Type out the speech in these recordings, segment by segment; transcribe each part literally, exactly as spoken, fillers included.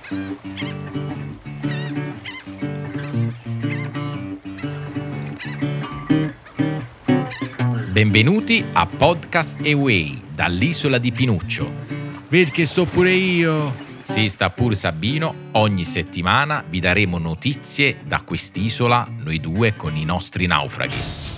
Benvenuti a Podcast Away dall'isola di Pinuccio. Vedi che sto pure io. Sì, sta pure Sabino. Ogni settimana vi daremo notizie da quest'isola, noi due con i nostri naufraghi.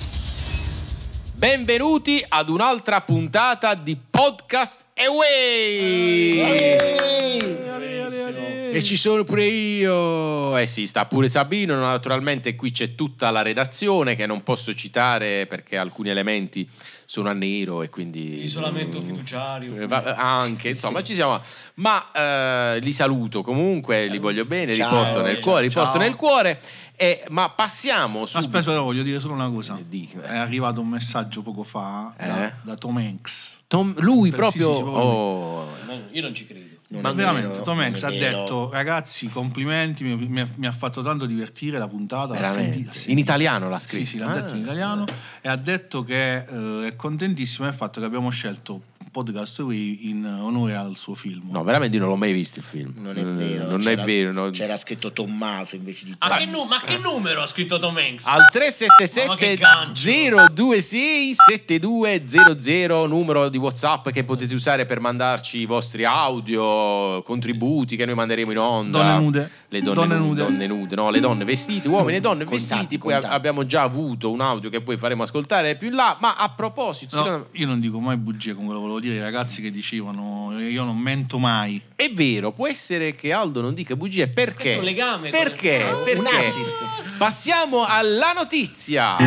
Benvenuti ad un'altra puntata di Podcast Away. Ale, ale, ale. E ci sono pure io. Eh sì, sta pure Sabino. Naturalmente qui c'è tutta la redazione che non posso citare perché alcuni elementi sono a nero e quindi isolamento fiduciario anche, insomma ci siamo, ma eh, li saluto comunque, li voglio bene, ciao, li porto nel cuore, li ciao. porto nel cuore e, ma passiamo su. Aspetta, però voglio dire solo una cosa. Dico, eh. È arrivato un messaggio poco fa eh? da, da Tom Hanks. Tom, lui Per- proprio, sì, sì, proprio oh. io non ci credo. Non Ma è veramente, vero, Tom non Hanks è ha vero. detto: ragazzi, complimenti, mi, mi- mi ha fatto tanto divertire la puntata. Veramente? Senti- senti- In italiano l'ha Sì, scritto? sì, l'ha Ah. detto in italiano e ha detto che eh, è contentissimo del fatto che abbiamo scelto Podcast Away in onore al suo film. No, veramente io non l'ho mai visto il film. Non è vero. Non c'era, è vero. no. C'era scritto Tommaso invece di Ah, Tom. che nu- ma che numero ha scritto Tom Hanks? Al tre sette Ma sette che gancio. zero due sei sette due zero zero, numero di WhatsApp che potete usare per mandarci i vostri audio, contributi che noi manderemo in onda. Donne nude. Le donne, Donne nude. nude. Donne nude, no, le donne vestite, uomini e donne Contatti, vestiti. Poi contatti. abbiamo già avuto un audio che poi faremo ascoltare più in là. Ma a proposito, No, secondo- io non dico mai bugie, come lo volevo dire ai ragazzi che dicevano io non mento mai. è vero, può essere che Aldo non dica bugie perché? Questo è un legame con- Perché? Ah, Perché? un assist. Passiamo alla notizia.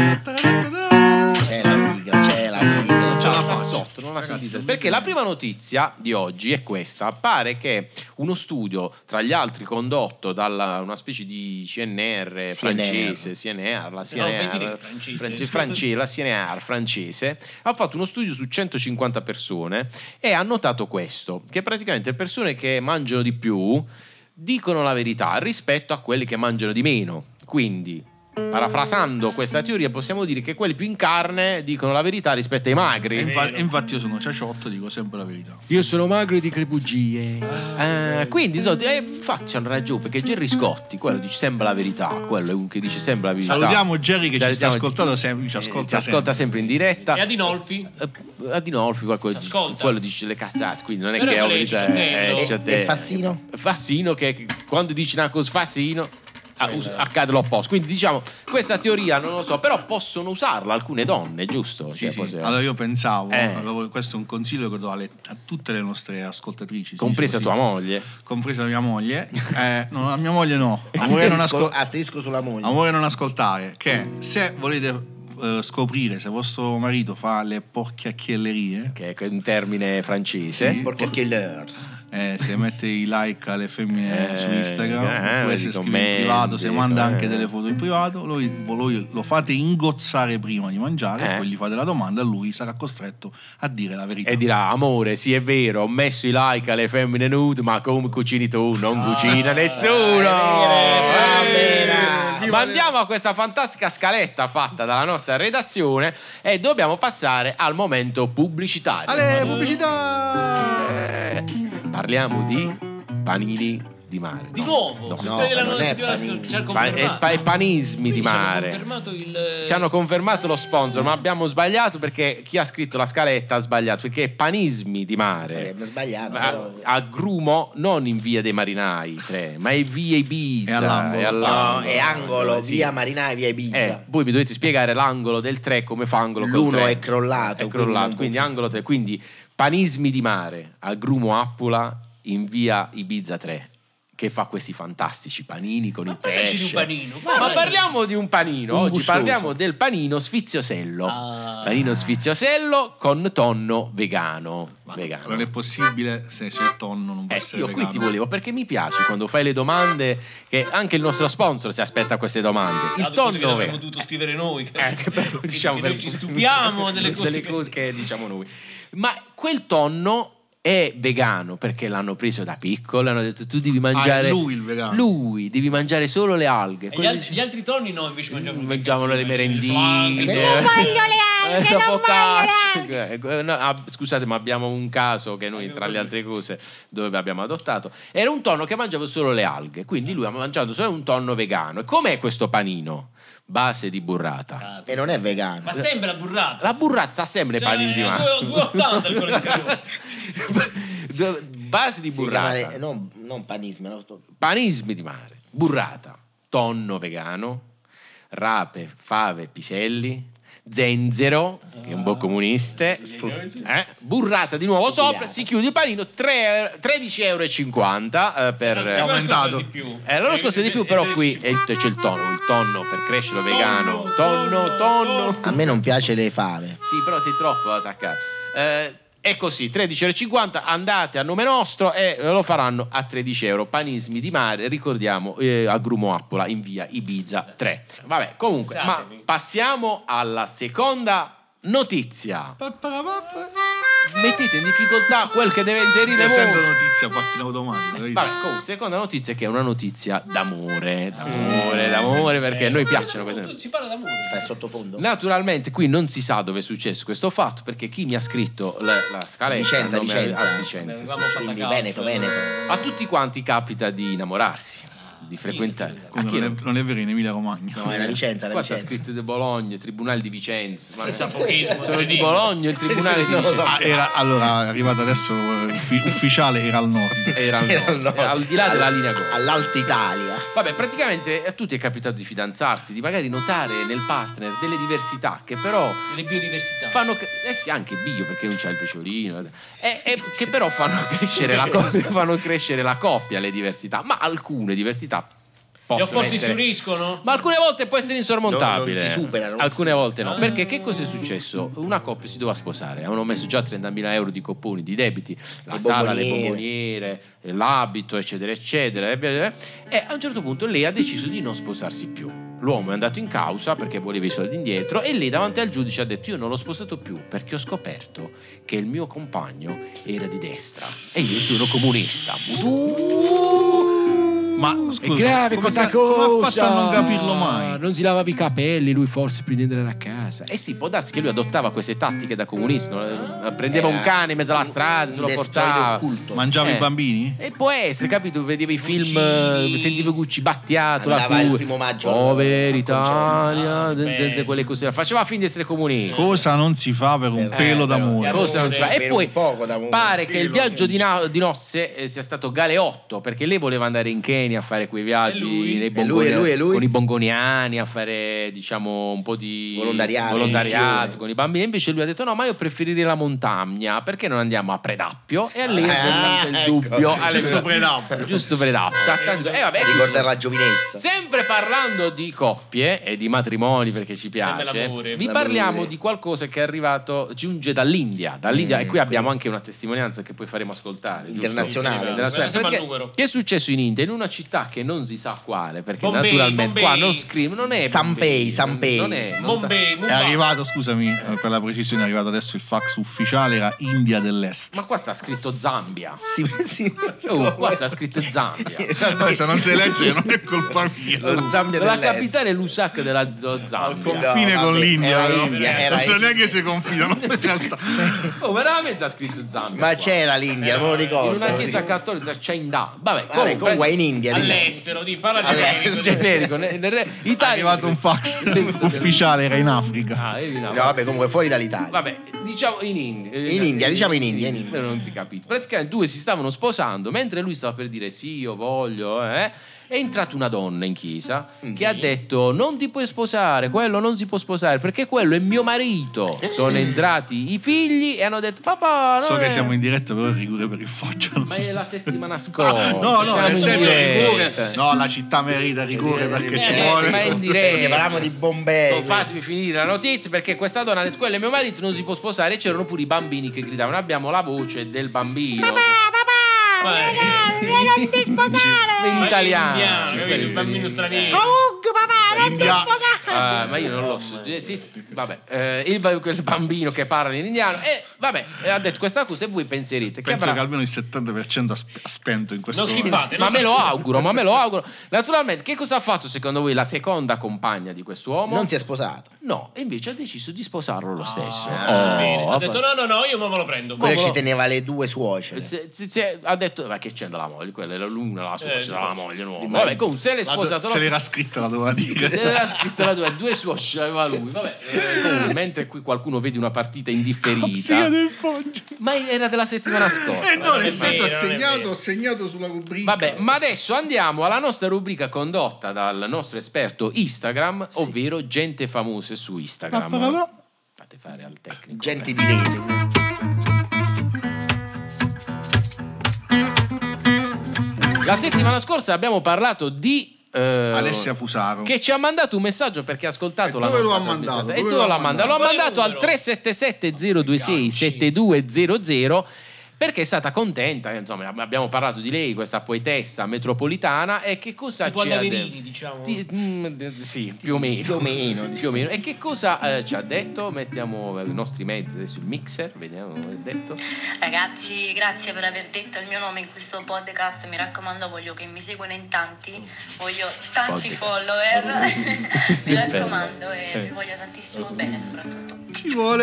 C'è la sigla, c'è la sigla. Ce la fa sotto, non la sentite. Perché la prima notizia di oggi è questa. Pare che uno studio, tra gli altri condotto da una specie di C N R francese, C N R, la C N No, fai dire R francese. france- francese, la C N R francese, ha fatto uno studio su centocinquanta persone e ha notato questo, che praticamente le persone che mangiano di più dicono la verità rispetto a quelli che mangiano di meno. Quindi, parafrasando questa teoria, possiamo dire che quelli più in carne dicono la verità rispetto ai E magri. infa- e infatti io sono ciaciotto, dico sempre la verità. Io sono magro e dico le bugie. Eh, quindi, insomma, eh, infatti hanno ragione, perché Gerry Scotti, quello dice sempre la verità, quello è un che dice sempre la verità. Salutiamo Jerry che ci sta Salutiamo- ascoltando sempre, ci eh, ascolta ci ascolta sempre in diretta. E Adinolfi? Eh, Adinolfi qualcosa dice- Ascolta. quello dice le cazzate, quindi non è Però che è quello verità, esce a te, eh, no? esce a E- te. e Fassino? Fassino che che quando dici una cosa Fassino ah, us- accade l'opposto. Quindi diciamo questa teoria non lo so, però possono usarla alcune donne, giusto? Sì, Cioè, sì. possono- Allora io pensavo, Eh. allora, questo è un consiglio che do alle- a tutte le nostre ascoltatrici, si compresa dice tua così, moglie. compresa mia moglie. Eh, no, la mia moglie no. Amore non, Asterisco, ascol- asterisco sulla moglie. amore non ascoltare. Che se volete eh, scoprire se vostro marito fa le porchiacchiellerie, Che è un termine francese. Sì. Perché killers. eh, se mette i like alle femmine Eh, su Instagram, eh, oppure i se scrive in commenti, privato, se manda anche eh. delle foto in privato, lui, voi lo fate ingozzare prima di mangiare, Eh. e poi gli fate la domanda e lui sarà costretto a dire la verità. E dirà: amore, sì, è vero, ho messo i like alle femmine nude, ma come cucini tu? Non cucina nessuno. va Eh. bene. Ma andiamo a questa fantastica scaletta fatta dalla nostra redazione e dobbiamo passare al momento pubblicitario. Ale, pubblicità! Eh, parliamo di panini di mare. Di No. nuovo? No. Quella No, è la non è settimana panini. scorsa, ci hanno Pa- confermato. e pa- e panismi di Quindi ci hanno mare. confermato il- Ci hanno confermato lo sponsor, ma abbiamo sbagliato perché chi ha scritto la scaletta ha sbagliato, perché è panismi di mare. Abbiamo sbagliato. Ma- però- a Grumo, non in via dei Marinai tre, ma è via Ibiza. È all'angolo. è all'angolo. No, è angolo, Sì. via Marinai, via Ibiza. Eh, voi mi dovete spiegare l'angolo del tre come fa angolo col L'uno tre. è crollato, È quindi crollato, non quindi, può- angolo tre. Quindi panismi di mare a Grumo Appula in via Ibiza tre. Che fa questi fantastici panini con il parlaci pesce. di un panino, Ma parlaci. parliamo di un panino. Un Oggi gustoso. parliamo del panino sfiziosello. Ah. Panino sfiziosello con tonno vegano. vegano. Non è possibile se c'è il tonno, non può Eh, essere io qui vegano. ti volevo perché mi piace quando fai le domande, che anche il nostro sponsor si aspetta queste domande. Il Altre cose che tonno avremmo vegano. dovuto scrivere noi. Eh, che per- Che- diciamo che per- noi ci stupiamo delle cose, cose che diciamo noi. Ma quel tonno è vegano perché l'hanno preso da piccolo e hanno detto tu devi mangiare Ah, è lui il vegano. lui devi mangiare solo le alghe. E gli, Quelli altri, gli altri tonni no, invece mangiavano mangiavano le il merendine. flan, Non il- voglio le Eh, la focaccia. Eh, no, ah, scusate, ma abbiamo un caso che noi, tra le altre cose, dove abbiamo adottato, era un tonno che mangiava solo le alghe, quindi lui ha mangiato solo un tonno vegano. E com'è questo panino? Base di burrata. E non è vegano. Ma sembra burrata. La burrata sta sempre nei Cioè, panini di è mare. due- due e ottanta il colesterolo. Base di Si burrata. chiama- non, non panismi, no? Panismi di mare, burrata, tonno vegano, rape, fave, piselli, zenzero, che è un po' comunista, eh, burrata di nuovo sopra, si chiude il panino, tre- tredici euro e cinquanta eh, per... È aumentato. Di più. Eh, l'anno scorso di più, però qui è il- c'è il tonno, il tonno per crescere vegano, tonno, tonno. A me non piace le fave. Sì, però sei troppo attaccato. Eh, è così, tredici euro e cinquanta, andate a nome nostro e lo faranno a tredici euro. Panismi di mare, ricordiamo, eh, a Grumo Appola in via Ibiza tre. Vabbè, comunque, ma Pensatemi. passiamo alla seconda notizia. Mettete in difficoltà quel che deve inserire È sempre voi. notizia, parte in automatico. vedi? Vabbè, comunque, seconda notizia che è una notizia d'amore, d'amore, d'amore, perché a noi piacciono queste. Si parla d'amore. Fai sottofondo? Naturalmente qui non si sa dove è successo questo fatto, perché chi mi ha scritto la, la scaletta Vicenza, a nome- Vicenza. a Vicenza, sì. Avevamo fatto Quindi caso. Veneto, Veneto. A tutti quanti capita di innamorarsi, di frequentare. A Comunque chi non, no? è, non è vero, in Emilia Romagna. No, è la Vicenza, la Qua sta Vicenza. scritto di Bologna, Tribunale di Vicenza. Ma Sa pochismo, sono di incredibile. Bologna, il Tribunale di Vicenza. Ah, era, allora, è arrivato adesso eh, uffi- ufficiale, era al nord. Era al, Era al nord, nord. era al di là della linea Go. All'Alta Italia. Vabbè, praticamente a tutti è capitato di fidanzarsi, di magari notare nel partner delle diversità che però Le biodiversità. fanno cre- eh sì, anche bio perché non c'è il pesciolino eh, eh, che però fanno crescere la coppia fanno crescere la coppia le diversità, ma alcune diversità Gli possono opposti si essere, uniscono? ma alcune volte può essere insormontabile. No, non si superano. Alcune volte no. Ah. Perché che cosa è successo? Una coppia si doveva sposare, avevano messo già trentamila euro di copponi, di debiti, la Le sala, le bomboniere. bomboniere, eh, l'abito, eccetera, eccetera. E via via via. E a un certo punto lei ha deciso di non sposarsi più. L'uomo è andato in causa perché voleva i soldi indietro e lei davanti al giudice ha detto: io non l'ho sposato più perché ho scoperto che il mio compagno era di destra e io sono comunista. Ma È scusa, grave come questa ca- come ha cosa. fatto a non capirlo mai? Non si lavava i capelli, lui forse prima di andare a casa. Eh sì, può darsi che lui adottava queste tattiche da comunista, no? Prendeva Era un cane in mezzo alla strada, se lo un portava. destroide occulto. Mangiava Eh. i bambini? E può essere, capito? Vedevi i film, eh, sentivo Gucci Battiato, la Andava il cura. primo maggio Povera al Italia, concerto. senza- senza quelle cose. Faceva finta di essere comunista. Cosa non si fa per un Eh, pelo però, d'amore? cosa non si fa? Per E un poi poco d'amore. pare che il viaggio di, na- di nozze eh, sia stato galeotto, perché lei voleva andare in Kenya a fare quei viaggi E lui? nei E bongoni- lui, e lui, e lui? con i bongoniani, a fare diciamo un po' di Volontariato, volontariato missione. con i bambini. Invece lui ha detto: no, ma io preferirei la montagna, perché non andiamo a Predappio? E a lei è Ah, venuto il ecco. dubbio. alle- Giusto Predappio. Giusto Predappio. E vabbè, Ricordare la giovinezza. sempre parlando di coppie e di matrimoni, perché ci piace, l'amore. vi L'amore. parliamo di qualcosa che è arrivato, giunge dall'India. Dall'India Mm, e qui abbiamo anche una testimonianza che poi faremo ascoltare. giusto? Internazionale. Internazionale. Sembra Perché- il numero. che è successo in India? In una città che non si sa quale, perché Bombay, naturalmente Bombay. qua non scrive, non è Sampei, Bombay, Sampei. non è, non Bombay, È Mumbai. arrivato, scusami, eh, per la precisione, è arrivato adesso il fax ufficiale, era India dell'Est. ma qua sta scritto Zambia. Sì, sì. Oh, qua sta scritto Zambia. No, se non si legge non è colpa mia. Lo Zambia La dell'Est. capitale è Lusaka della dello Zambia. Confine No, con vabbè, l'India, era no? India, era non so India. neanche se confinano in realtà. Oh, veramente ha scritto Zambia. Ma qua. c'era l'India, non lo ricordo. In una chiesa cattolica c'è in da. Vabbè, Vabbè, comunque, comunque è in India, diciamo. All'estero, di parla di All'estero. generico. nel- nel- È Italia arrivato un fax ufficiale, era in Africa. Ah, eri là, No, vabbè, comunque fuori dall'Italia. Vabbè, diciamo in India. In India, diciamo in India, in India. Però non si capito. Praticamente due si stavano sposando, mentre lui stava per dire sì, io voglio, eh. È entrata una donna in chiesa che ha detto: non ti puoi sposare, quello non si può sposare perché quello è mio marito. Sono entrati i figli e hanno detto: papà, non So che è- siamo in diretta, però il rigore per il Foggia. ma è la settimana scorsa. No, no, siamo nel in senso diretta. rigore. No, la città merita rigore perché ci Eh, vuole. ma è in Perché diretta. parliamo di Bombay. Non fatemi finire la notizia, perché questa donna ha detto: quello è mio marito, non si può sposare. E c'erano pure i bambini che gridavano. Abbiamo la voce del bambino Vai. in italiano. Indiano, Quelli vedi, il sono bambino gli- straniero. India- Ah, ma io non lo so. Eh, sì, vabbè, eh, il, quel bambino che parla in indiano, e vabbè, eh, ha detto questa cosa e voi penserete che Penso avrà... che almeno il settanta per cento ha sp- ha spento in questo Non schippate, Ma non me lo auguro, ma me lo auguro. Naturalmente, che cosa ha fatto secondo voi la seconda compagna di quest'uomo? Non si è sposato. No, e invece ha deciso di sposarlo lo stesso. Ah, Oh, bene. ha Ha detto fatto- no, no, no, io me lo prendo. Quello Come ci lo- teneva le due suocere. Se- se- se- ha detto, ma che c'è dalla moglie? Quella era l'una, la sua, Eh, c'era la moglie nuova. di Vabbè, comunque se l'è La- sposato se la l'era scritta la doveva dire. se l'era scritta la due, due suocere aveva lui. Vabbè, eh, comunque, mentre qui qualcuno vede una partita indifferita, del foglio. ma era della settimana scorsa. Eh no, non è nel senso ho vero, non è segnato, vero. ho segnato sulla rubrica. Vabbè, ma adesso andiamo alla nostra rubrica condotta dal nostro esperto Instagram, ovvero gente famose su Instagram. Pa-pa-pa-pa. Fate fare al tecnico. Gente di rete. La settimana scorsa abbiamo parlato di eh, Alessia Fusaro. che ci ha mandato un messaggio perché ha ascoltato E la dove nostra lo ha trasmissione. mandato? E Dove dove lo l'ha ha mandato? L'ha mandato? mandato al Quale tre sette sette zero due sei sette due zero zero perché è stata contenta, insomma, abbiamo parlato di lei, questa poetessa metropolitana, e che cosa Tipo ci ha Alleverini, detto? diciamo. Ti- mm, d- sì, più o meno. Più o meno, Più o meno. E che cosa eh, ci ha detto? Mettiamo i nostri mezzi adesso, il mixer, vediamo come è detto. Ragazzi, grazie per aver detto il mio nome in questo podcast. Mi raccomando, voglio che mi seguano in tanti. Voglio tanti Podcast. follower. Che Mi bello. raccomando, e Eh. vi voglio tantissimo bene, soprattutto. Ci vuole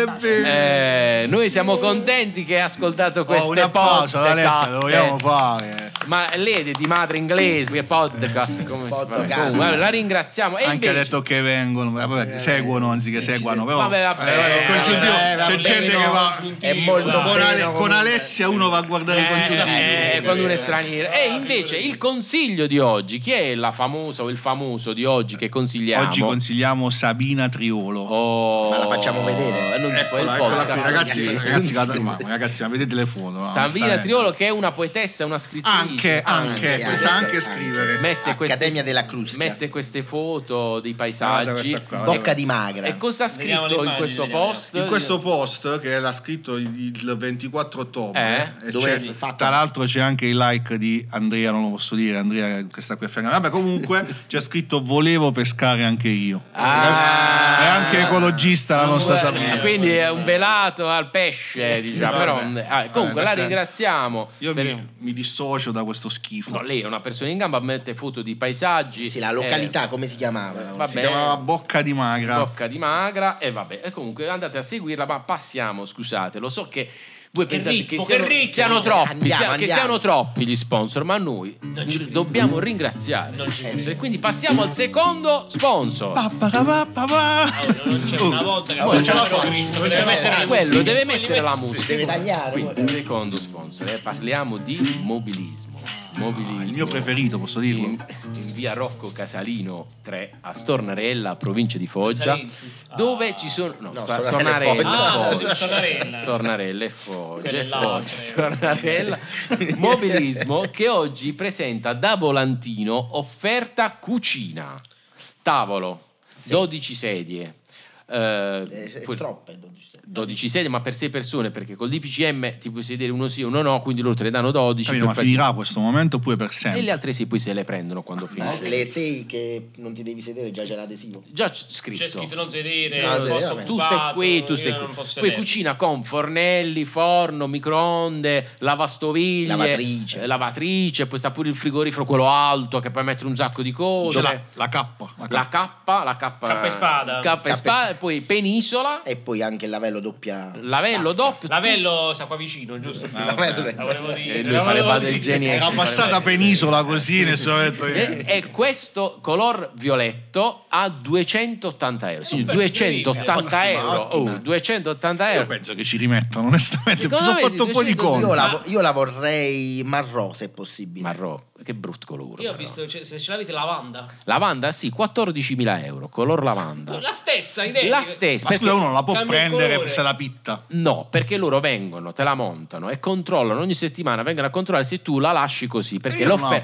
bene. Eh, noi siamo contenti che hai ascoltato queste Oh, un applauso ad Alessia, podcast. lo vogliamo fare. Ma lei è di madre inglese, che podcast, come si fa? Podcast. Comunque, vabbè, la ringraziamo. E Anche ha invece, detto che vengono, vabbè, che seguono anziché seguano, però Vabbè, vabbè, eh, il congiuntivo, vabbè, c'è vabbè, gente no, che va è molto con, buono Ale- con comunque. Alessia uno va a guardare i congiuntivi. eh, quando uno è straniero. E invece il consiglio di oggi, chi è la famosa o il famoso di oggi che consigliamo? Oggi consigliamo Sabina Triolo. Oh, Ma la facciamo vedere? eh, non si può, il Eccola, eccola qui, podcast, ragazzi, non si ragazzi, può. guarda- ma- ragazzi, ma vedete le foto? no? Sabina Sta- Triolo, che è una poetessa, una scrittrice. Anche, anche, Anche, sa anche, anche anche. scrivere. Mette queste, Accademia della Crusca. mette queste foto dei Guarda paesaggi. questa qua, guarda Bocca di magra. E cosa ha Vediamo le scritto in immagini, questo vediamo. post? In questo post che l'ha scritto il il ventiquattro ottobre, Eh? e Dove c'è- è fatto- tra l'altro c'è anche il like di Andrea, non lo posso dire, Andrea che sta qui a fianco. Vabbè, comunque c'è scritto volevo pescare anche io. Ah. È anche ecologista la nostra Eh, Sabina. quindi è un velato al pesce, diciamo. Però, Vabbè. ah, comunque Eh, la questa- ringraziamo. Io per- mi, mi dissocio da questo schifo. No, lei è una persona in gamba, mette foto di paesaggi. Sì, la località, come si chiamava? Eh, vabbè. Si chiamava Bocca di Magra. Bocca di magra e vabbè, e comunque andate a seguirla, ma passiamo, scusate, lo so che voi Che pensate ritmo, che che siano, ritmo. siano troppi, Andiamo, sia- che andiamo. siano troppi gli sponsor, ma noi Non ci- dobbiamo ringraziare Non gli ci- sponsor. E quindi passiamo al secondo sponsor. Oh, non c'è una volta che non ce l'ho visto. Deve mettere le Quello musiche. deve Poi li mettere la mette- musica. Deve tagliare, Quindi, poi. secondo sponsor, eh, parliamo di mobilismo. Mobilismo. Il mio preferito, posso dirlo. In, in via Rocco Casalino tre a Stornarella, provincia di Foggia, Casalino. dove Ah. ci sono no, No, Sta- Stornarella Stornarella, Ah, Foggia. Stornarella. Stornarella e Foggia, Quelle e là, Foggia, credo. Stornarella. Mobilismo che oggi presenta da volantino offerta cucina, tavolo, dodici sedie. eh, Eh, poi- troppe, dodici. dodici sedie, ma per sei persone, perché col D P C M ti puoi sedere uno sì uno no, quindi loro te ne danno dodici. Capito, per ma far- finirà questo momento oppure per e sempre. le altre sì, poi se le prendono quando No, finisce. le sei che non ti devi sedere, già c'è l'adesivo. Già c- scritto. C'è scritto non sedere, No, posto sedere, vabbè. Tu stai occupato, qui, tu io stai non qui. posso Poi sedere. cucina con fornelli, forno, microonde, lavastoviglie, Lavatrice. eh, lavatrice, poi sta pure il frigorifero, quello alto, che puoi mettere un sacco di cose. La, la K. La K. La K, la K, Cappa e spada. Cappa e spada, e poi penisola, E poi anche il lavello doppia. lavello doppio. Lavello sta qua vicino, giusto? Lavello- La volevo dire. E lui la fa le volevo bade dire. igieniche. Era passata penisola così, nessuno ha detto E, niente. e questo color violetto a duecentottanta euro. Signori, Offerta duecentottanta incredibile. euro. Ottima, Oh, ottima. duecentottanta Io euro. penso che ci rimettano, onestamente. Mi Secondo sono me fatto sì, un po' di duecento conto. Io la, Ma- io la vorrei marrò se possibile. Marrò, che brutto colore. Io ho però. visto, cioè, se ce l'avete lavanda. Lavanda, sì, quattordicimila euro. Color lavanda. La stessa, identica. La stessa. Ma perché- scusa, uno non la può Cambia il prendere colore. se la pitta. No, perché loro vengono, te la montano e controllano ogni settimana, vengono a controllare se tu la lasci così. Perché Io non l'offer- apro.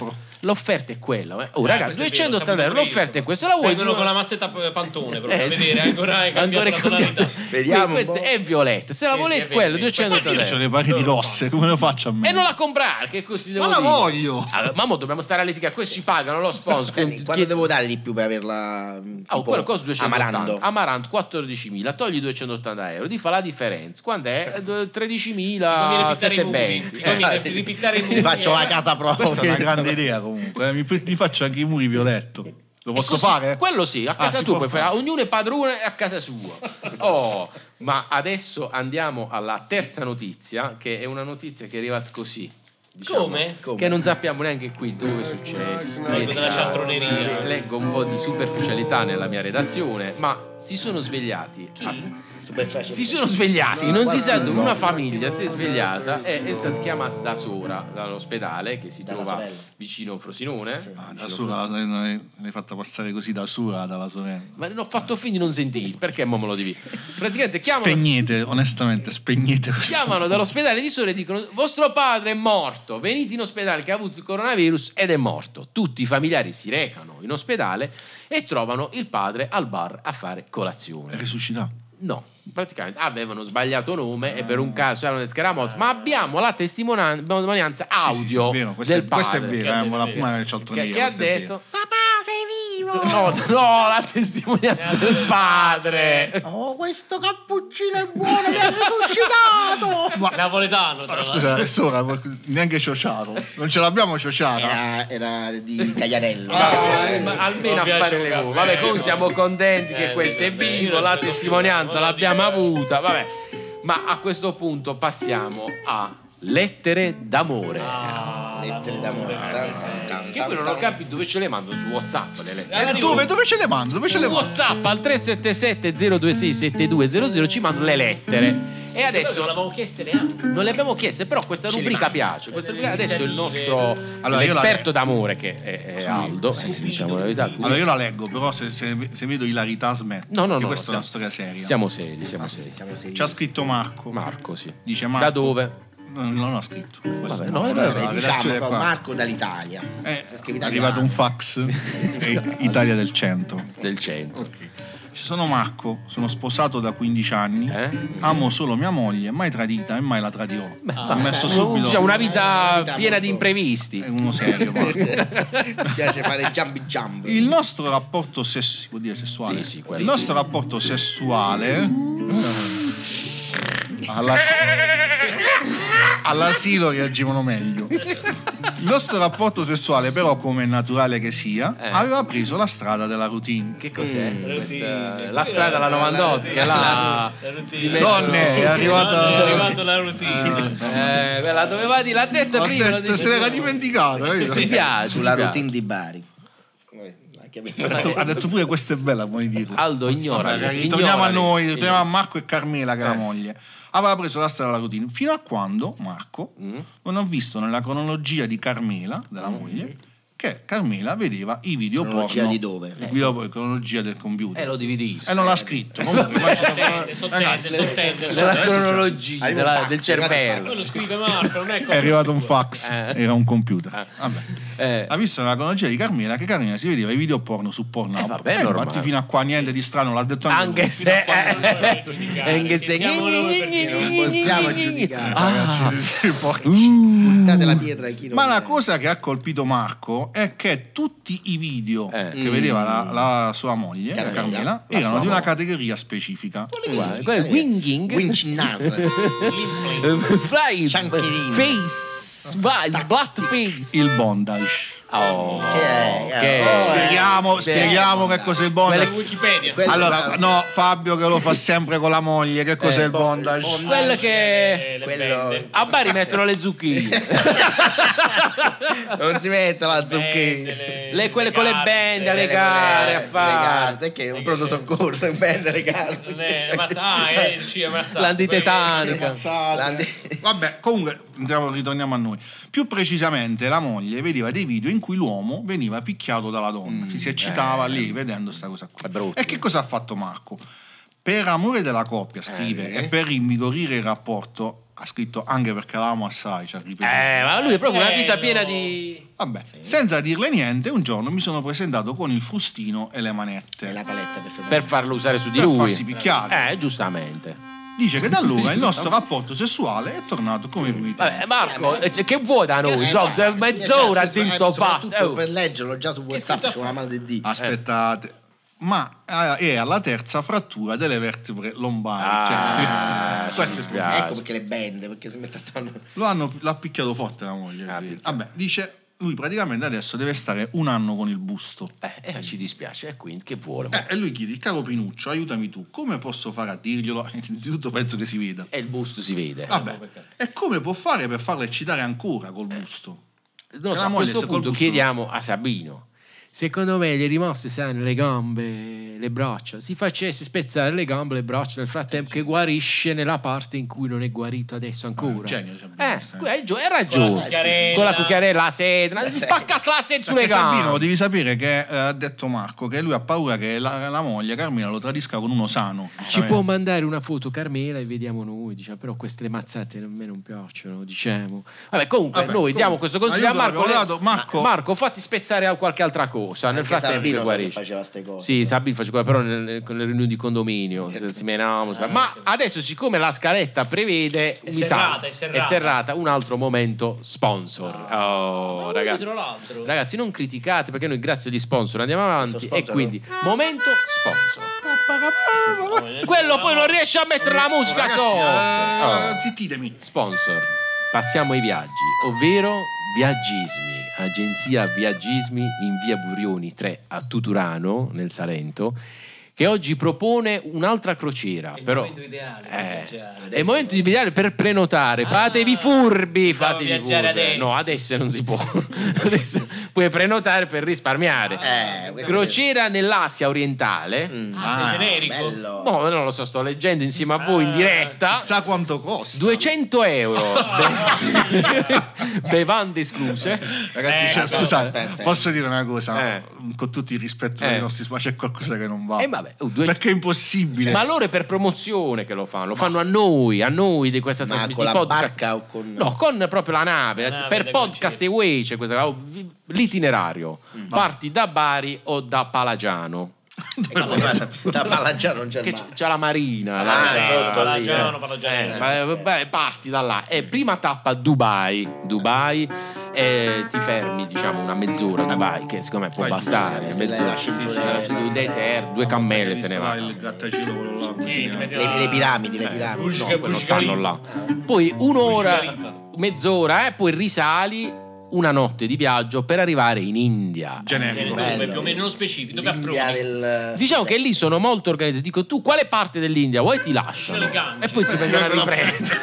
l'offerta è quella. eh. Oh, Eh, ragazzi, questo è vero, duecentottanta euro, sta l'offerta è questa. La vuoi? Vengono con la mazzetta pantone proprio, Eh, a sì. vedere, ancora hai Ancora cambiato è la tonalità. cambiato. Vediamo Quindi un questa po'. è Violetta. Se la Sì, volete, sì, è quello, vero. duecentottanta Io ho euro. le pareti rosse, come lo faccio a me? E non la comprare, che così devo Ma la dire? voglio! Allora, ma mo dobbiamo stare a litigare, questi ci pagano lo sponsor. Quanto Che- devo dare di più per averla? Ah, tipo, quello costa duecentottanta. Amarando. Amarant quattordicimila, togli duecentottanta euro, ti fa la differenza. Quando è? Eh, Fammi tredicimila ripittare i settecentoventi. muri. Fammi ripittare i muri. Ti faccio la casa propria. Questa è una grande idea comunque. eh. Mi, mi faccio anche i muri violetto. Lo posso Così, fare? Quello sì, a Ah, casa si tua può puoi fare, ognuno è padrone a casa sua. Oh, ma adesso andiamo alla terza notizia, che è una notizia che è arrivata così. Diciamo, Come? Come? Che non sappiamo neanche qui dove è successo. chi è Leggo della stato. cialtroneria. Leggo un po' di superficialità nella mia redazione, ma si sono svegliati. a- Super facile. Si sono svegliati, non si sa dove, una famiglia si è svegliata e è stata chiamata da Sora dall'ospedale che si Dalla trova sorella. vicino Frosinone. Ah, da Vicino sola, l'hai l'hai fatta passare così da sola dalla sorella. Ma non ho fatto finta di non sentire, perché mo me lo devi? Praticamente chiamano, Spegnete, onestamente, spegnete questo. chiamano dall'ospedale di Sora e dicono: vostro padre è morto, venite in ospedale che ha avuto il coronavirus ed è morto. Tutti i familiari si recano in ospedale e trovano il padre al bar a fare È colazione. risuscitato. No, praticamente avevano sbagliato nome e per un caso avevano detto che era morto, ma abbiamo la testimonan- testimonianza audio Sì, sì, è vero, questa, del è, questa è padre vera, eh, la prima che, cialtroneria, che ha questa è vera. detto Papà, sei vivo? no, no, la testimonianza del padre. Oh, questo cappuccino è buono, mi ha risuscitato! Napoletano, tra l'altro. Scusa, è sola, neanche Ciociaro. Non ce l'abbiamo Ciociaro. Era, era di Cagliarello. Ah, ma almeno Non a piace fare un le caffè. uova. Vabbè, comunque siamo contenti che Eh, questo è sì, vivo, sì, la sì, testimonianza sì, l'abbiamo sì. avuta. Vabbè, ma a questo punto passiamo a lettere d'amore. Ah, Lettere d'amore. Che poi non ho capito dove ce le mando su WhatsApp le lettere. Eh, Dove, dove ce le mando? Dove ce Su le mando? WhatsApp al tre sette sette zero due sei sette due zero zero ci mando le lettere. E Adesso non adesso l'avevamo chieste neanche. non le abbiamo chieste, però questa Ce le rubrica mandi. piace. Questa rubrica adesso il nostro Allora, io la- l'esperto d'amore che è, è Aldo, eh, diciamo la verità. Allora io la leggo, però se, se- se vedo ilarità smetto. No, no, perché no, questa no, è una storia seria. Siamo seri, siamo seri. Siamo seri. Ci ha scritto Marco. Marco, sì. Dice Marco. Da dove? Non, non ho scritto. Questo Vabbè, no, no, la- vabbè, la Vabbè, redazione diciamo è qua, qua. Marco dall'Italia. Eh, Se scrivi è italiano. arrivato un fax. Eh, Italia del centro. Del centro. Ci sono Marco, sono sposato da quindici anni, Eh? amo solo mia moglie, mai tradita e mai la tradirò. Ho messo Una- subito. diciamo, una vita Una vita piena molto- di imprevisti. È uno serio, Marco. Mi piace fare jump jump. Il nostro rapporto sessuale, si può dire sessuale? Sì, sì, quello Il nostro rapporto sessuale all'as- all'asilo reagivano meglio. Il nostro rapporto sessuale, però, come è naturale che sia, Eh. aveva preso la strada della routine. Che cos'è? Mm. Questa- la strada alla novantotto che là La routine. si mettono- Donne, è arrivata- È arrivata la routine. Eh, quella doveva dire, l'ha detto Ho prima. lo detto, dice se l'era dopo. dimenticato, capito? Mi piace. Sulla mi piace. routine di Bari. Eh, la chiamiamo- Ha detto, ha detto pure questa è bella, vuoi dirlo? Aldo, ignora. Vabbè, ritorniamo a noi, ritorniamo a Marco e Carmela che è la Eh. moglie. Aveva preso la strada della routine fino a quando Marco Mm. non ha visto nella cronologia di Carmela, della moglie, che Carmela vedeva i video Cronologia porno. di dove? Il video- cronologia del computer. Eh, lo devi dire. E non l'ha scritto. Comunque, immagino- Sottende, sottende, ragazzi, sottende. Della sottende. cronologia, Arriva della- un del fax, arriva un cervello. Quello scrive Marco, non è è arrivato un fax, Eh. era un computer. Vabbè. Eh. Ha visto nella cronologia di Carmela che Carmela si vedeva i video porno su Pornhub. Eh, vabbè, Eh, normale. infatti fino a qua niente di strano, l'ha detto anche Anche lui. se Fino a quando non lo puoi giudicare, anche che se siamo noi per dire. Non possiamo giudicare. Ah, Buttate la pietra ai chi non Ma la viene. cosa che ha colpito Marco è che tutti i video Eh. che vedeva la, la sua moglie, Carmela. Carmela, La erano sua di una moglie. categoria specifica. Guarda, quello è winging. Winchinar. Fly, Cianchirino. face, vai, splat face. Il bondage. Oh, Che è? che- Oh, Spieghiamo, Sì. spieghiamo che cos'è il bondage. Per Wikipedia. Quello- Allora, no, Fabio che lo fa sempre con la moglie, che cos'è Eh, il bondage? bondage. quello che Eh, le Quello- bende. a Bari mettono le zucchine. Non si mette la zucchina. Bende, le- Le- quelle con le carte. bende alle Quelle- gare quelle- a le fare. garze, che è un pronto soccorso, in bende le garze. Eh, ammazza- Ah, eh, sì, ammazzato. L'antitetanica. L'andi- Vabbè, comunque andiamo- ritorniamo a noi. Più precisamente, la moglie vedeva dei video in cui l'uomo veniva picchiato dalla donna, ci si eccitava lì vedendo sta cosa qua. È brutto. E che cosa ha fatto Marco? Per amore della coppia, scrive, Eh. e per invigorire il rapporto, ha scritto anche perché l'amo assai, ci ha ripetuto. Eh, ma lui è proprio una vita Bello. piena di... Vabbè, senza dirle niente, un giorno mi sono presentato con il frustino e le manette. E la paletta per fare. per farlo usare su di Per lui. farsi picchiare. Eh, giustamente. Dice che da allora il nostro rapporto sessuale è tornato come i primi tempi. Vabbè, Marco, eh, che vuoi da noi? Eh, Insomma, no, se mezz'ora eh, di sto soprattutto fatto. Oh. Per leggerlo già su WhatsApp c'è una mano di D. Aspettate. Ma eh, è alla terza frattura delle vertebre lombari. Ah, Cioè, ci questo è- dispiace. Ecco perché le bende, perché si mette attorno. lo hanno, l'ha picchiato forte la moglie. Ah, sì. picchiato. Vabbè, dice lui praticamente adesso deve stare un anno con il busto. Eh, eh, ci dispiace, e quindi che vuole? Eh, e lui chiede, caro Pinuccio, aiutami tu, come posso fare a dirglielo? Innanzitutto penso che si veda. E il busto si vede. Vabbè, e come può fare per farlo eccitare ancora col busto? Non lo so, la a moglie questo se col punto busto- chiediamo a Sabino. Secondo me gli è rimaste sane le gambe, le braccia. Si facesse spezzare le gambe, le braccia nel frattempo che guarisce nella parte in cui non è guarito adesso ancora. Genio, Sabino, Eh, sì. hai gio- hai Con la ragione. cucchiarella. Con la cucchiarella, la seta, gli spacca la seta sulle Perché Sabino, gambe. devi sapere che eh, ha detto Marco che lui ha paura che la, la moglie Carmina lo tradisca con uno sano. Ci può mandare una foto Carmela e vediamo noi, diciamo, però queste le mazzate a me non piacciono, diciamo. Vabbè, comunque Vabbè, noi comunque, diamo questo consiglio a aiuto Marco. l'abbiamo dato. Marco- Marco, fatti spezzare a qualche altra cosa nel Anche frattempo Sabino che so che guarisce. faceva ste cose. Sì, Sabino faceva quello, però nel- con le riunioni di condominio se si menavamo. Ma adesso, siccome la scaletta prevede, È mi serrata, sa, è serrata. serrata, un altro momento sponsor. Oh, ragazzi. Tra l'altro. Ragazzi, non criticate perché noi grazie agli sponsor andiamo avanti Sponsor, e quindi momento sponsor. No, Quello poi non riesce a mettere la musica sotto. Eh, zittitemi. Sponsor. Passiamo ai viaggi, ovvero Viaggismi, agenzia Viaggismi in via Burioni tre a Tuturano, nel Salento, che oggi propone un'altra crociera. È il però, momento ideale per eh, viaggiare. è il momento ideale per prenotare. Fatevi Ah, furbi, pensavo fatevi viaggiare furbi. adesso. No, adesso non si può. Adesso puoi prenotare per risparmiare. Eh, questo Crociera nell'Asia orientale. Mm. Ah, sei generico. Bello. No, non lo so, sto leggendo insieme a voi in diretta. Chissà quanto costa. duecento euro. Be- bevande escluse. Ragazzi, Eh, cioè, aspetta, scusate, aspetta, aspetta. posso dire una cosa? Eh. Con tutto il rispetto Eh. dei nostri ma c'è qualcosa che non va. Eh, vabbè, oh, due- Perché è impossibile. Ma loro è per promozione che lo fanno, lo fanno a noi, a noi di questa Ma trasmissione con la podcast. barca o con... No, con proprio la nave, La nave per da podcast e way c'è questa, oh, vi- l'itinerario. Mm. Parti da Bari o da Palagiano. Da Palagiano non c'è il Che mare. c'è, c'è la marina, Ah, la- sotto lì, Palagiano, eh. Palagiano. Eh, ma, vabbè, parti da là. E prima tappa Dubai. Dubai. E ti fermi, diciamo, una mezz'ora a Dubai, che secondo me può Vai, bastare. sì, sì, Mezz'ora. lasci Sì, sì, pure- lasci due desert, due cammelle te ne Vai vai. il grattacielo quello là. Sì, continuiamo. metti Le, la- le piramidi, le piramidi. Burj- No, Burj quello stanno Khalifa. là. Poi un'ora, Burj Khalifa. mezz'ora, eh, poi risali una notte di viaggio per arrivare in India. Generico. Dove, Bello. più o meno nello specifico, dove L'India approdi? del... Diciamo che lì sono molto organizzati. Dico, tu quale parte dell'India vuoi? Ti lasciano. Le gange. E poi ti vengono a riprendere.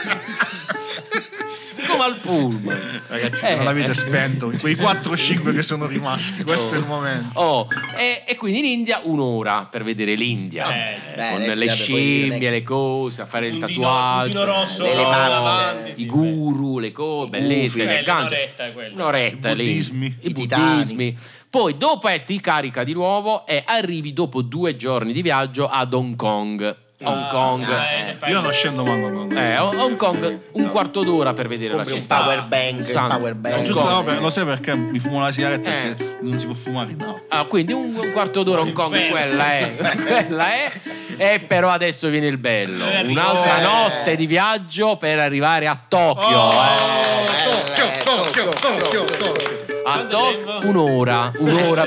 Come al pullman. Ragazzi, Eh, non l'avete eh. spento. Quei quattro o cinque che sono rimasti. Questo è il momento. Oh, e, e quindi in India un'ora per vedere l'India. Eh, Eh, beh, con adesso le vabbè, poi scimmie, non è che- le cose, a fare il Puntino- tatuaggio. puntino rosso, L'elefante. davanti, sì, I guru, le cose, bellissime. Beh, il gancio. un'oretta è quello. Un'oretta I lì. buddismi. I I buddismi. Poi dopo eh, ti carica di nuovo e arrivi dopo due giorni di viaggio ad Hong Kong. Hong Ah, Kong. eh, fai- Io non scendo manco con Eh, Hong Kong un quarto d'ora per vedere Compri la un città. power bank, il Tanto. power bank. Giusto, Hong no, Kong. per- lo sai perché mi fumo la sigaretta Eh. perché non si può fumare, no. Ah, quindi un, un quarto d'ora a Hong Kong, Inferno. quella è, quella è. E però adesso viene il bello. Eh, Un'altra eh. notte di viaggio per arrivare a Tokyo. Oh, eh. Tokyo, Eh, Tokyo, Tokyo, Tokyo, Tokyo. Tokyo. A Quanto Tokyo tempo? un'ora, un'ora.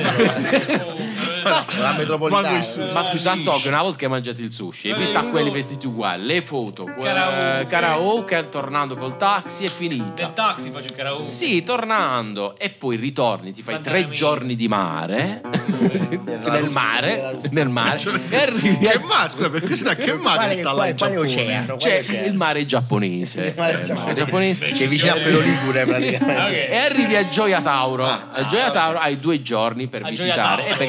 La Manco metropolitana. il sushi. Ma scusa, a Tokyo una volta che hai mangiato il sushi e visto a quelli vestiti uguali, le foto, que- Karaoke. karaoke, tornando col taxi è Del finita. taxi faccio il karaoke. Sì, tornando e poi ritorni, ti fai tre Guarda, giorni di mare nel mare, nel mare e arrivi Che a mare, scusa, perché sta che mare Quale- sta là quale- in quale Giappone? oceano? c'è Quale oceano? il mare giapponese, Il mare Eh, il mare giapponese. giapponese. Che è vicino a quello Ligure praticamente. Ok. E arrivi a Gioia Tauro. Ah, a Gioia ah, Tauro hai due giorni per A Gioia visitare, Tauro. eh, perché il porto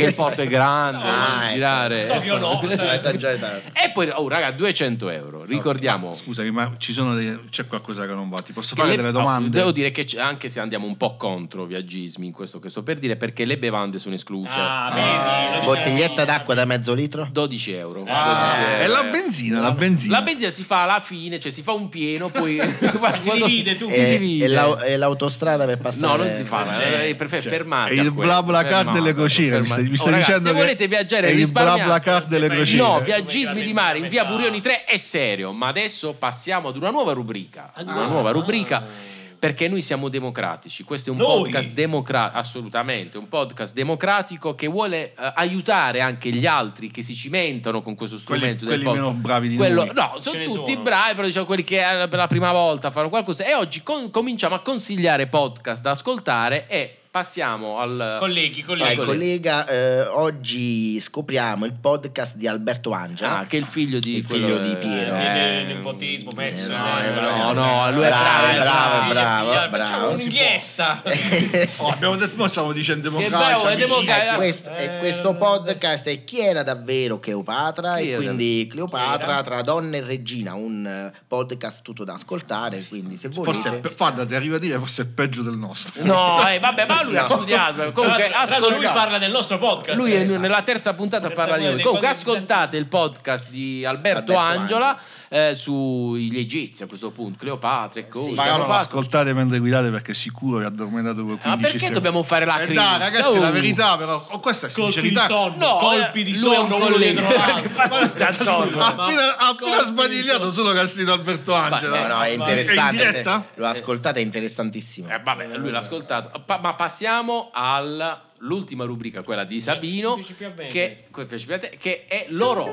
è grande, Ah, girare. Ovvio no. Eh, già è tanto. E poi, oh raga, duecento euro, ricordiamo. Ma, scusami, ma ci sono dei, c'è qualcosa che non va? Ti posso che fare le- delle no, domande? devo dire che c'è- anche se andiamo un po' contro viaggismi in questo che sto per dire, perché le bevande sono escluse. Ah, vedi, lo Bottiglietta dicevamo. d'acqua da mezzo litro? dodici euro. Ah, dodici euro. e la benzina, la benzina. La benzina si fa alla fine, cioè si fa un pieno, poi Si divide tu. Si E- divide. E, l'au- e l'autostrada per passare? No, non si fa, eh, per fermate. È il BlaBlaCar delle crociere, mi stai, mi stai Oh, ragazzi, dicendo se che volete viaggiare è e il risparmiare, BlaBlaCar delle crociere. no, viaggismi di mare in via Burioni tre è serio, ma adesso passiamo ad una nuova rubrica, ad una nuova rubrica perché noi siamo democratici. Questo è un Noi? podcast democratico, assolutamente, un podcast democratico che vuole eh, aiutare anche gli altri che si cimentano con questo Quelli- strumento del quelli podcast. meno bravi di Quello- noi. No, sono Ce ne tutti sono. bravi, però diciamo quelli che eh, per la prima volta fanno qualcosa. E oggi con- cominciamo a consigliare podcast da ascoltare e passiamo al Colleghi, Dai, colleghi. collega, eh, oggi scopriamo il podcast di Alberto Angela. Ah, che è il figlio di Il quello- figlio di Piero. eh, Eh, nepotismo, messo. no, eh, no, no, lui è bravo, è bravo, Figlia, bravo, figlia, bravo. Facciamo un'inchiesta. Oh, abbiamo detto, ma stiamo dicendo Che democratici. bello, è amici. democratico. E questo, e questo podcast è Chi era davvero Cleopatra, Chi e era quindi Cleopatra era? tra donna e regina, un eh, podcast tutto da ascoltare, quindi se volete Forse è pe- Fadda, ti arriva a dire, forse è peggio del nostro. No, eh, vabbè, ma lui ha studiato. Comunque, Tra l'altro lui ascoltate. parla del nostro podcast. Lui è nella terza puntata parla di noi. Comunque, ascoltate il podcast di Alberto, Alberto Angela eh, sugli egizi a questo punto, Cleopatra e cose. Ma Hanno non fatto- ascoltate mentre guidate perché sicuro vi addormentate per quindici Ma perché secondi. dobbiamo fare la Eh critica? dai, ragazzi, Oh. la verità però, oh, questa è Colpi di sincerità. sonno, No, colpi eh, di lui è un sonno uno collega. dietro l'altro. Che fatto sta attorno? Ha appena, ha appena Colpi di sbadigliato sonno. solo che ha sentito Alberto Angela. No, no, è È in interessante. diretta? Lo ascoltate, è interessantissimo. Eh, vabbè, lui l'ha ascoltato. Pa- ma passiamo all'ultima rubrica, quella di Sabino, piace più a me. che, que- piace più a te, che è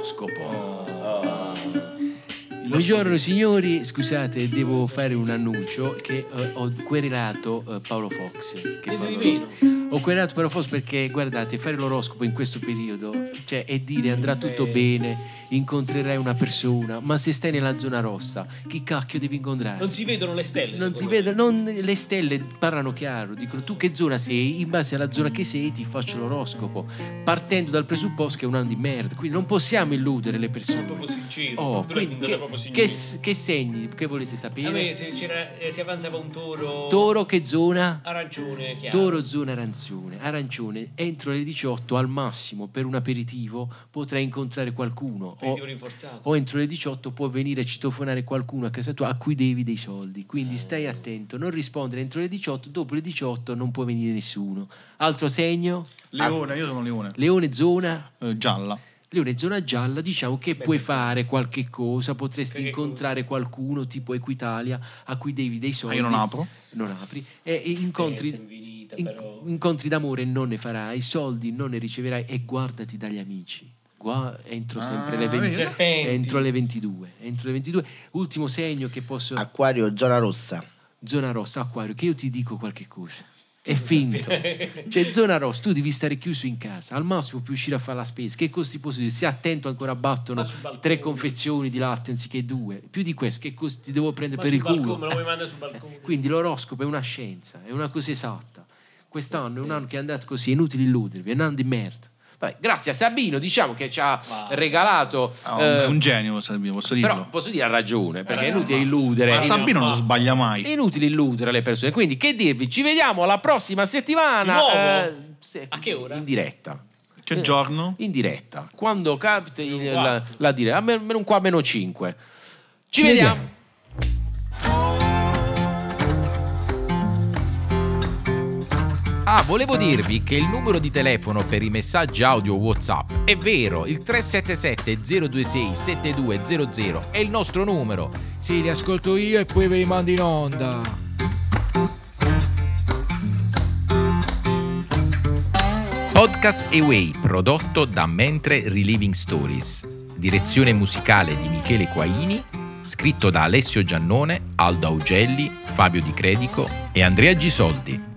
l'oroscopo. Buongiorno signori, scusate, devo fare un annuncio che eh, ho querelato eh, Paolo Fox. Che fa l'oroscopo. Ho querelato Paolo Fox perché, guardate, fare l'oroscopo in questo periodo, cioè, è dire andrà tutto bene, incontrerai una persona, ma se stai nella zona rossa, chi cacchio devi incontrare? Non si vedono le stelle. Non si secondo vede, non, le stelle parlano chiaro, dicono tu che zona sei, in base alla zona che sei ti faccio l'oroscopo, partendo dal presupposto che è un anno di merda, quindi non possiamo illudere le me. persone. Sono proprio sincero. Oh, Tu quindi l'hai che, proprio che, sincero. che segni, che volete A sapere? me se c'era, eh, si avanzava un toro. Toro che zona? Arancione, chiaro. Toro zona arancione, arancione, entro le diciotto al massimo per un aperitivo potrai incontrare qualcuno o, Aperitivo rinforzato. o entro le diciotto può venire a citofonare qualcuno a casa tua a cui devi dei soldi, Eh. quindi stai attento, non rispondere entro le diciotto, dopo le diciotto non può venire nessuno. Altro segno? Leone, io sono Leone. Leone zona? Eh, gialla. Leone zona gialla, diciamo che puoi fare qualche cosa, potresti Che incontrare qualcuno tipo Equitalia a cui devi dei soldi. Ah, io non apro. Non apri e, e incontri, Esperienza infinita, in- però. incontri d'amore non ne farai, soldi non ne riceverai e guardati dagli amici. Qua entro sempre Ah, le venti, vedi? Serpenti. entro le ventidue, entro le ventidue. Ultimo segno che posso Acquario, zona rossa. zona rossa, acquario, che io ti dico qualche cosa. È finto. Cioè, zona rossa, tu devi stare chiuso in casa. Al massimo puoi uscire a fare la spesa. Che costi positivi? Stai attento, ancora battono Ma sul balcone. tre confezioni di latte anziché due. Più di questo, che costi ti devo prendere Ma per sul il balcone, culo? me lo vuoi mandare sul balcone? Quindi l'oroscopo è una scienza, è una cosa esatta. Quest'anno è un anno che è andato così, è inutile illudervi, è un anno di merda. Vabbè, grazie a Sabino, diciamo che ci ha regalato. Ah, eh, è un genio, Sabino, posso dirlo. però posso dire ha ragione, perché è inutile illudere. Ma è Sabino non sbaglia è mai. inutile illudere le persone. Quindi, che dirvi? Ci vediamo la prossima settimana. Di nuovo? eh, se- A che ora? In diretta. Che Eh, giorno? In diretta. Quando capita il- Meno la, quattro. la diretta. Almeno un qua meno cinque. Ci, Ci vediamo. vediamo. Ah, volevo dirvi che il numero di telefono per i messaggi audio WhatsApp è vero, il tre sette sette zero due sei sette due zero zero è il nostro numero. Sì, li ascolto io e poi ve li mando in onda. Podcast Away, prodotto da Mentre Reliving Stories. Direzione musicale di Michele Quaini, scritto da Alessio Giannone, Aldo Augelli, Fabio Di Credico e Andrea Gisoldi.